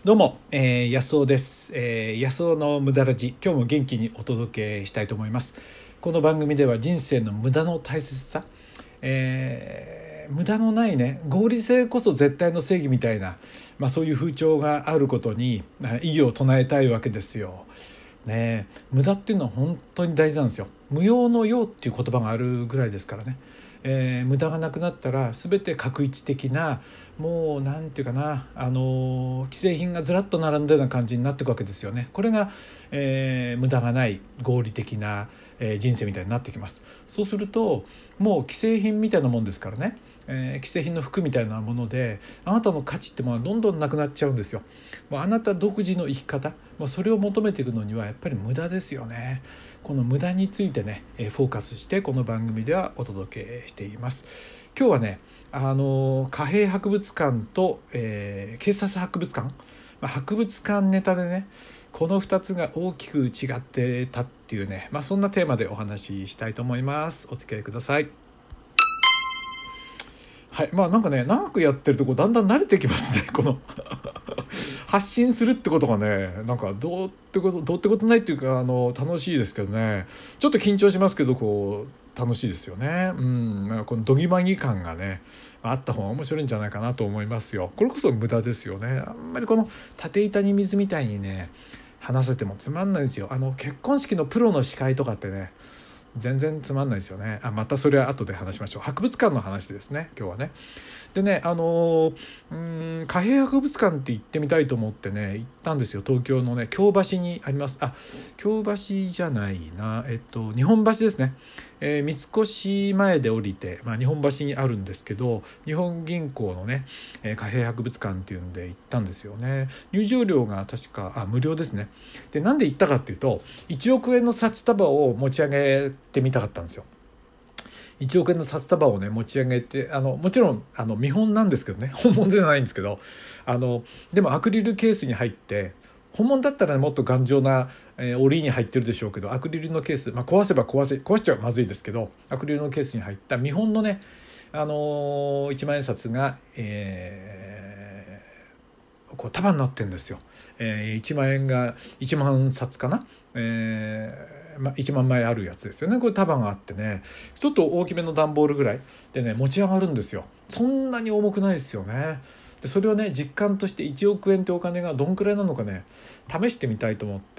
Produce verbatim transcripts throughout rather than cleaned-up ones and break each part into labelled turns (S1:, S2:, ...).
S1: どうも、えー、安尾です、えー、安尾の無駄ラジ、今日も元気にお届けしたいと思います。この番組では人生の無駄の大切さ、えー、無駄のないね、合理性こそ絶対の正義みたいな、まあ、そういう風潮があることに異議を唱えたいわけですよ。ね、無駄っていうのは本当に大事なんですよ。無用の用っていう言葉があるぐらいですからね。えー、無駄がなくなったら全て画一的な、もうなんていうかな、あのー、既製品がずらっと並んだような感じになっていくわけですよね。これが、えー、無駄がない合理的な、えー、人生みたいになってきます。そうするともう既製品みたいなもんですからね、えー、既製品の服みたいなものであなたの価値ってものはどんどんなくなっちゃうんですよ。もうあなた独自の生き方、もうそれを求めていくのにはやっぱり無駄ですよね。この無駄についてね、フォーカスしてこの番組ではお届けしています。今日はね、あの貨幣博物館と、えー、警察博物館、まあ、博物館ネタでね、このふたつが大きく違ってたっていうね、まあ、そんなテーマでお話ししたいと思います。お付き合いください。はい、まあなんかね、長くやってるとこだんだん慣れてきますね。この発信するってことがね、なんかどうってことどうってことないっていうか、あの楽しいですけどね、ちょっと緊張しますけど、こう楽しいですよね。うん、なんかこのどぎまぎ感がねあった方が面白いんじゃないかなと思いますよ。これこそ無駄ですよね。あんまりこの縦板に水みたいにね話せてもつまんないですよ。あの結婚式のプロの司会とかってね、全然つまんないですよね。あ、またそれは後で話しましょう。博物館の話ですね、今日はね。でね、あのー、貨幣博物館って行ってみたいと思ってね行ったんですよ。東京のね京橋にあります。あ、京橋じゃないな、えっと日本橋ですね。えー、三越前で降りて、まあ、日本橋にあるんですけど、日本銀行のね、えー、貨幣博物館っていうんで行ったんですよね。入場料が確かあ無料ですね。で、なんで行ったかっていうと、いちおくえんの札束を持ち上げてみたかったんですよ。いちおくえんの札束をね持ち上げて、あのもちろんあの見本なんですけどね、本物じゃないんですけど、あのでもアクリルケースに入って、本物だったら、ね、もっと頑丈な、えー、折りに入ってるでしょうけど、アクリルのケース、まあ、壊せば壊せ壊しちゃまずいですけど、アクリルのケースに入った見本のね、あのー、いちまん円札が、えー、こう束になってるんですよ。えー、いちまん円がいちまん札かな、えーまあ、いちまんまいあるやつですよね。これ束があってね、ちょっと大きめの段ボールぐらいでね持ち上がるんですよ。そんなに重くないですよね。でそれをね実感としていちおくえんってお金がどんくらいなのかね試してみたいと思って、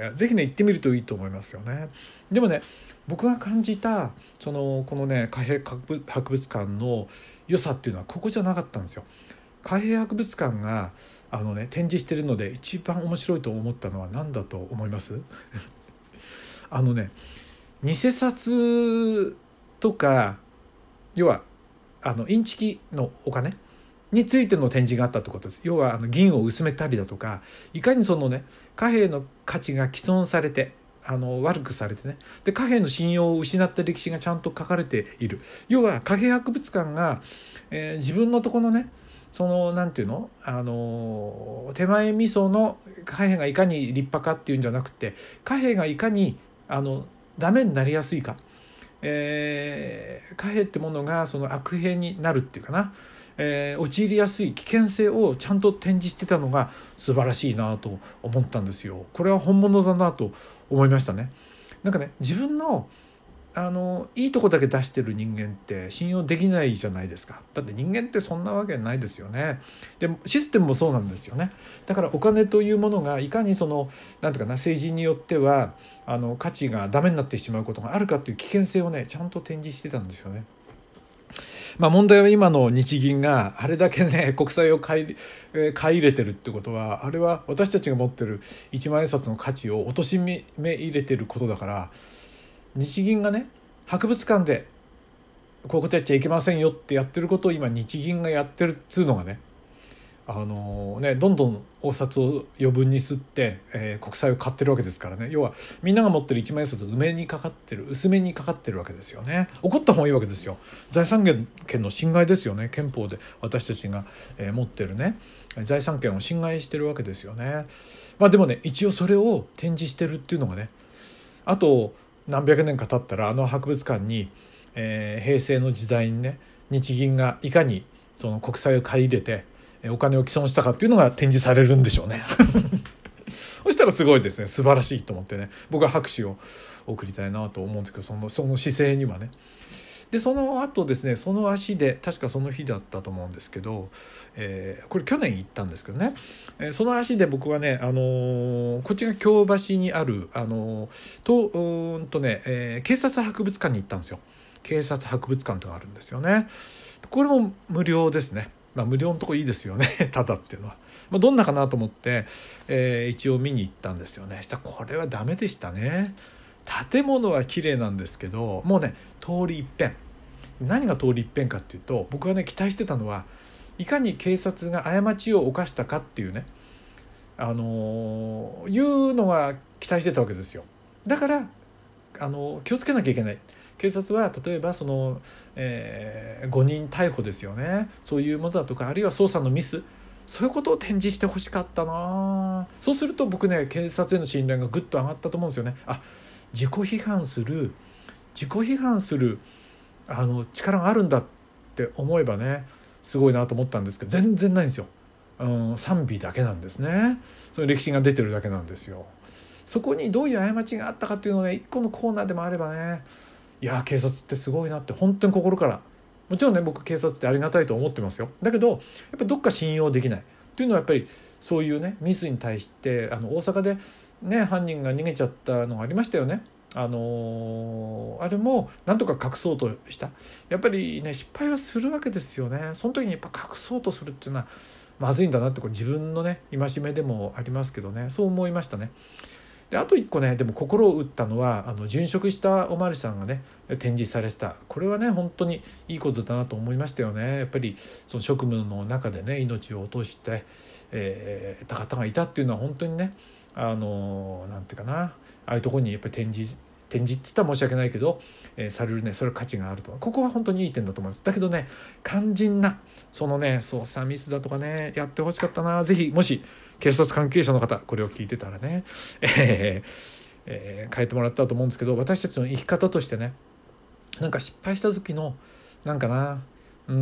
S1: ぜひね行ってみるといいと思いますよね。でもね、僕が感じたそのこのね貨幣博物館の良さっていうのはここじゃなかったんですよ。貨幣博物館があの、ね、展示してるので一番面白いと思ったのは何だと思いますあのね、偽札とか、要はあのインチキのお金についての展示があったってことです。要はあの銀を薄めたりだとか、いかにそのね貨幣の価値が毀損されて、あの悪くされてね、で貨幣の信用を失った歴史がちゃんと書かれている。要は貨幣博物館が、えー、自分のところのね、そのなんていうの、あの手前味噌の貨幣がいかに立派かっていうんじゃなくて、貨幣がいかにあのダメになりやすいか、えー、貨幣ってものがその悪兵になるっていうかな、えー、陥りやすい危険性をちゃんと展示してたのが素晴らしいなと思ったんですよ。これは本物だなと思いましたね。なんかね、自分のあのいいとこだけ出してる人間って信用できないじゃないですか。だって人間ってそんなわけないですよね。でもシステムもそうなんですよね。だからお金というものがいかにそのなんていうかな、政治によってはあの価値がダメになってしまうことがあるかという危険性をねちゃんと展示してたんですよね。まあ、問題は今の日銀があれだけね国債を買い、えー、買い入れてるってことは、あれは私たちが持ってるいちまん円札の価値を貶め入れてることだから、日銀がね博物館でこういうことやっちゃいけませんよってやってることを今日銀がやってるっつうのがね、あのねどんどんお札を余分に吸って、えー、国債を買ってるわけですからね。要はみんなが持ってるいちまん円札埋めにかかってる、薄めにかかってるわけですよね。怒った方がいいわけですよ。財産権の侵害ですよね。憲法で私たちが、えー、持ってるね財産権を侵害してるわけですよね。まあでもね、一応それを展示してるっていうのがね、あと何百年か経ったらあの博物館に、えー、平成の時代にね日銀がいかにその国債を買い入れて、 お金を毀損したかっていうのが展示されるんでしょうねそしたらすごいですね、素晴らしいと思ってね、僕は拍手を送りたいなと思うんですけど、そのその姿勢にはね。でその後ですね、その足で確かその日だったと思うんですけど、えー、これ去年行ったんですけどね、えー、その足で僕はね、あのー、こっちが京橋にある、あのー、とうーんとね、えー、警察博物館に行ったんですよ。警察博物館とかあるんですよね。これも無料ですね。まあ無料のとこいいですよねただっていうのは、まあ、どんなかなと思って、えー、一応見に行ったんですよね。したらこれはダメでしたね。建物は綺麗なんですけど、もうね通り一遍、何が通り一遍かっていうと、僕がね期待してたのはいかに警察が過ちを犯したかっていうね、あのー、いうのが期待してたわけですよ。だからあのー、気をつけなきゃいけない。警察は例えばその、えー、誤認逮捕ですよね、そういうものだとか、あるいは捜査のミス、そういうことを展示してほしかったな。そうすると僕ね、警察への信頼がぐっと上がったと思うんですよね。あ、自己批判する自己批判するあの力があるんだって思えばね、すごいなと思ったんですけど、全然ないんですよ。うん、賛美だけなんですね。その歴史が出てるだけなんですよ。そこにどういう過ちがあったかっていうのをね、一個のコーナーでもあればね、いや警察ってすごいなって本当に心から、もちろんね僕警察ってありがたいと思ってますよ。だけどやっぱりどっか信用できないっていうのは、やっぱりそういうねミスに対して、あの大阪でね犯人が逃げちゃったのがありましたよね。あのー、あれもなんとか隠そうとした。やっぱりね失敗はするわけですよね。その時にやっぱ隠そうとするっていうのはまずいんだなって、これ自分のね戒めでもありますけどね、そう思いましたね。であと一個ね、でも心を打ったのは、あの殉職したおまわりさんがね展示されてた、これはね本当にいいことだなと思いましたよね。やっぱりその職務の中でね命を落として、えー、た方がいたっていうのは本当にね、あのなんていうかな、ああいうところにやっぱり展示展示って言ったら申し訳ないけど、えー、されるね、それは価値があると。ここは本当にいい点だと思います。だけどね、肝心なそのね操作ミスだとかねやってほしかったな。ぜひもし警察関係者の方これを聞いてたらね、えーえー、変えてもらったと思うんですけど、私たちの生き方としてね、なんか失敗した時のなんかな、うん、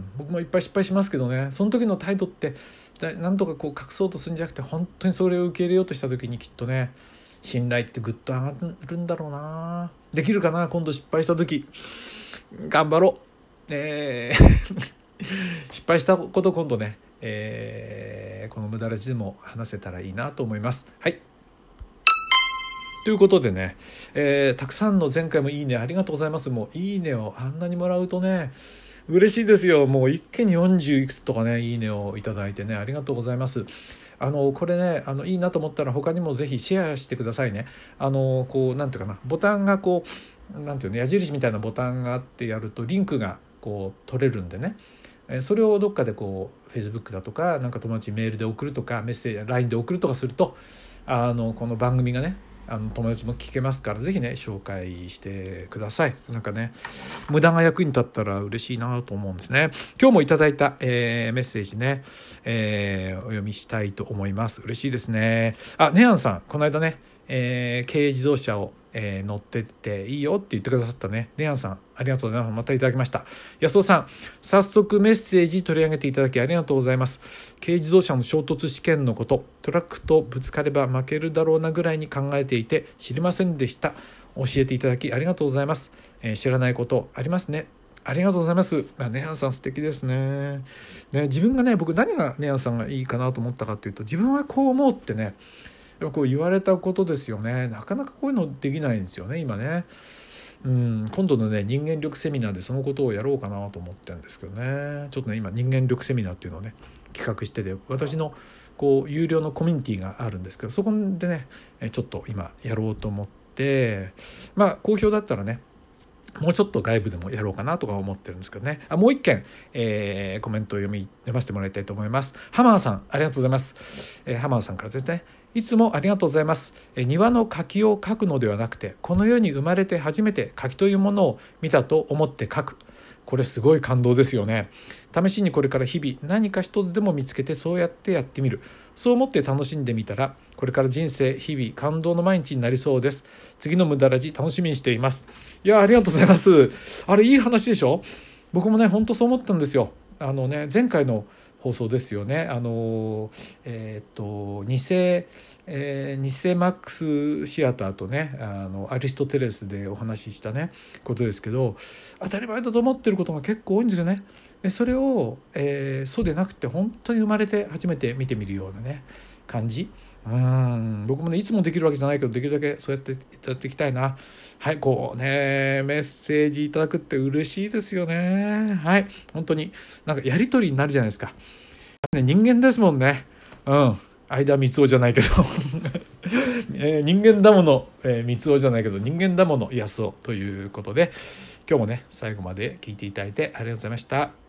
S1: 僕もいっぱい失敗しますけどね、その時の態度ってなんとかこう隠そうとするんじゃなくて、本当にそれを受け入れようとした時にきっとね信頼ってぐっと上がるんだろうな。できるかな、今度失敗した時頑張ろう、えー失敗したこと今度ね、えー、この無駄ラジでも話せたらいいなと思います。はい、ということでね、えー、たくさんの前回もいいねありがとうございます。もういいねをあんなにもらうとね嬉しいですよ。もう一気によんじゅういくつとかねいいねをいただいてね、ありがとうございます。あのこれね、あのいいなと思ったら他にもぜひシェアしてくださいね。あのこうなんていうかな、ボタンがこうなんていうの、矢印みたいなボタンがあってやるとリンクがこう取れるんでね、それをどっかでこう Facebook だとかなんか友達にメールで送るとかメッセージ ライン で送るとかすると、あのこの番組がねあの友達も聞けますから、ぜひね紹介してください。なんかね無駄が役に立ったら嬉しいなと思うんですね。今日もいただいた、えー、メッセージね、えー、お読みしたいと思います。嬉しいですね。あ、ネアンさんこの間ね、えー、軽自動車を、えー、乗ってっていいよって言ってくださったねネアンさん、ありがとうございます。またいただきました。安尾さん、早速メッセージ取り上げていただきありがとうございます。軽自動車の衝突試験のこと、トラックとぶつかれば負けるだろうなぐらいに考えていて知りませんでした。教えていただきありがとうございます。えー、知らないことありますね。ありがとうございます。ネアンさん素敵ですね。ね、自分がね、僕何がネアンさんがいいかなと思ったかというと、自分はこう思うってね、やっぱこう言われたことですよね。なかなかこういうのできないんですよね今ね。うん、今度のね人間力セミナーでそのことをやろうかなと思ってるんですけどね。ちょっとね今人間力セミナーっていうのをね企画してて、私のこう有料のコミュニティがあるんですけど、そこでねちょっと今やろうと思って、まあ好評だったらねもうちょっと外部でもやろうかなとか思ってるんですけどね。あ、もう一件、えー、コメントを読み読ませてもらいたいと思います。ハマーさんありがとうございます。えー、ハマーさんからですね。いつもありがとうございます。え庭の柿を描くのではなくて、この世に生まれて初めて柿というものを見たと思って描く。これすごい感動ですよね。試しにこれから日々何か一つでも見つけてそうやってやってみる。そう思って楽しんでみたら、これから人生日々感動の毎日になりそうです。次の無駄ラジ楽しみにしています。いやありがとうございます。あれいい話でしょ。僕もね本当そう思ったんですよ。あのね前回の放送ですよね。あのえっ、と偽えー、偽マックスシアターとねあのアリストテレスでお話ししたねことですけど、当たり前だと思ってることが結構多いんですよね。でそれを、えー、そうでなくて本当に生まれて初めて見てみるようなね感じ。うん僕もねいつもできるわけじゃないけどできるだけそうやってやっていきたいな。はいこうねメッセージいただくって嬉しいですよね。はい本当になんかやり取りになるじゃないですか。ね、人間ですもんね。うん相田光雄じゃないけど、えー、人間だもの、えー、光雄じゃないけど人間だもの安雄ということで今日もね最後まで聞いていただいてありがとうございました。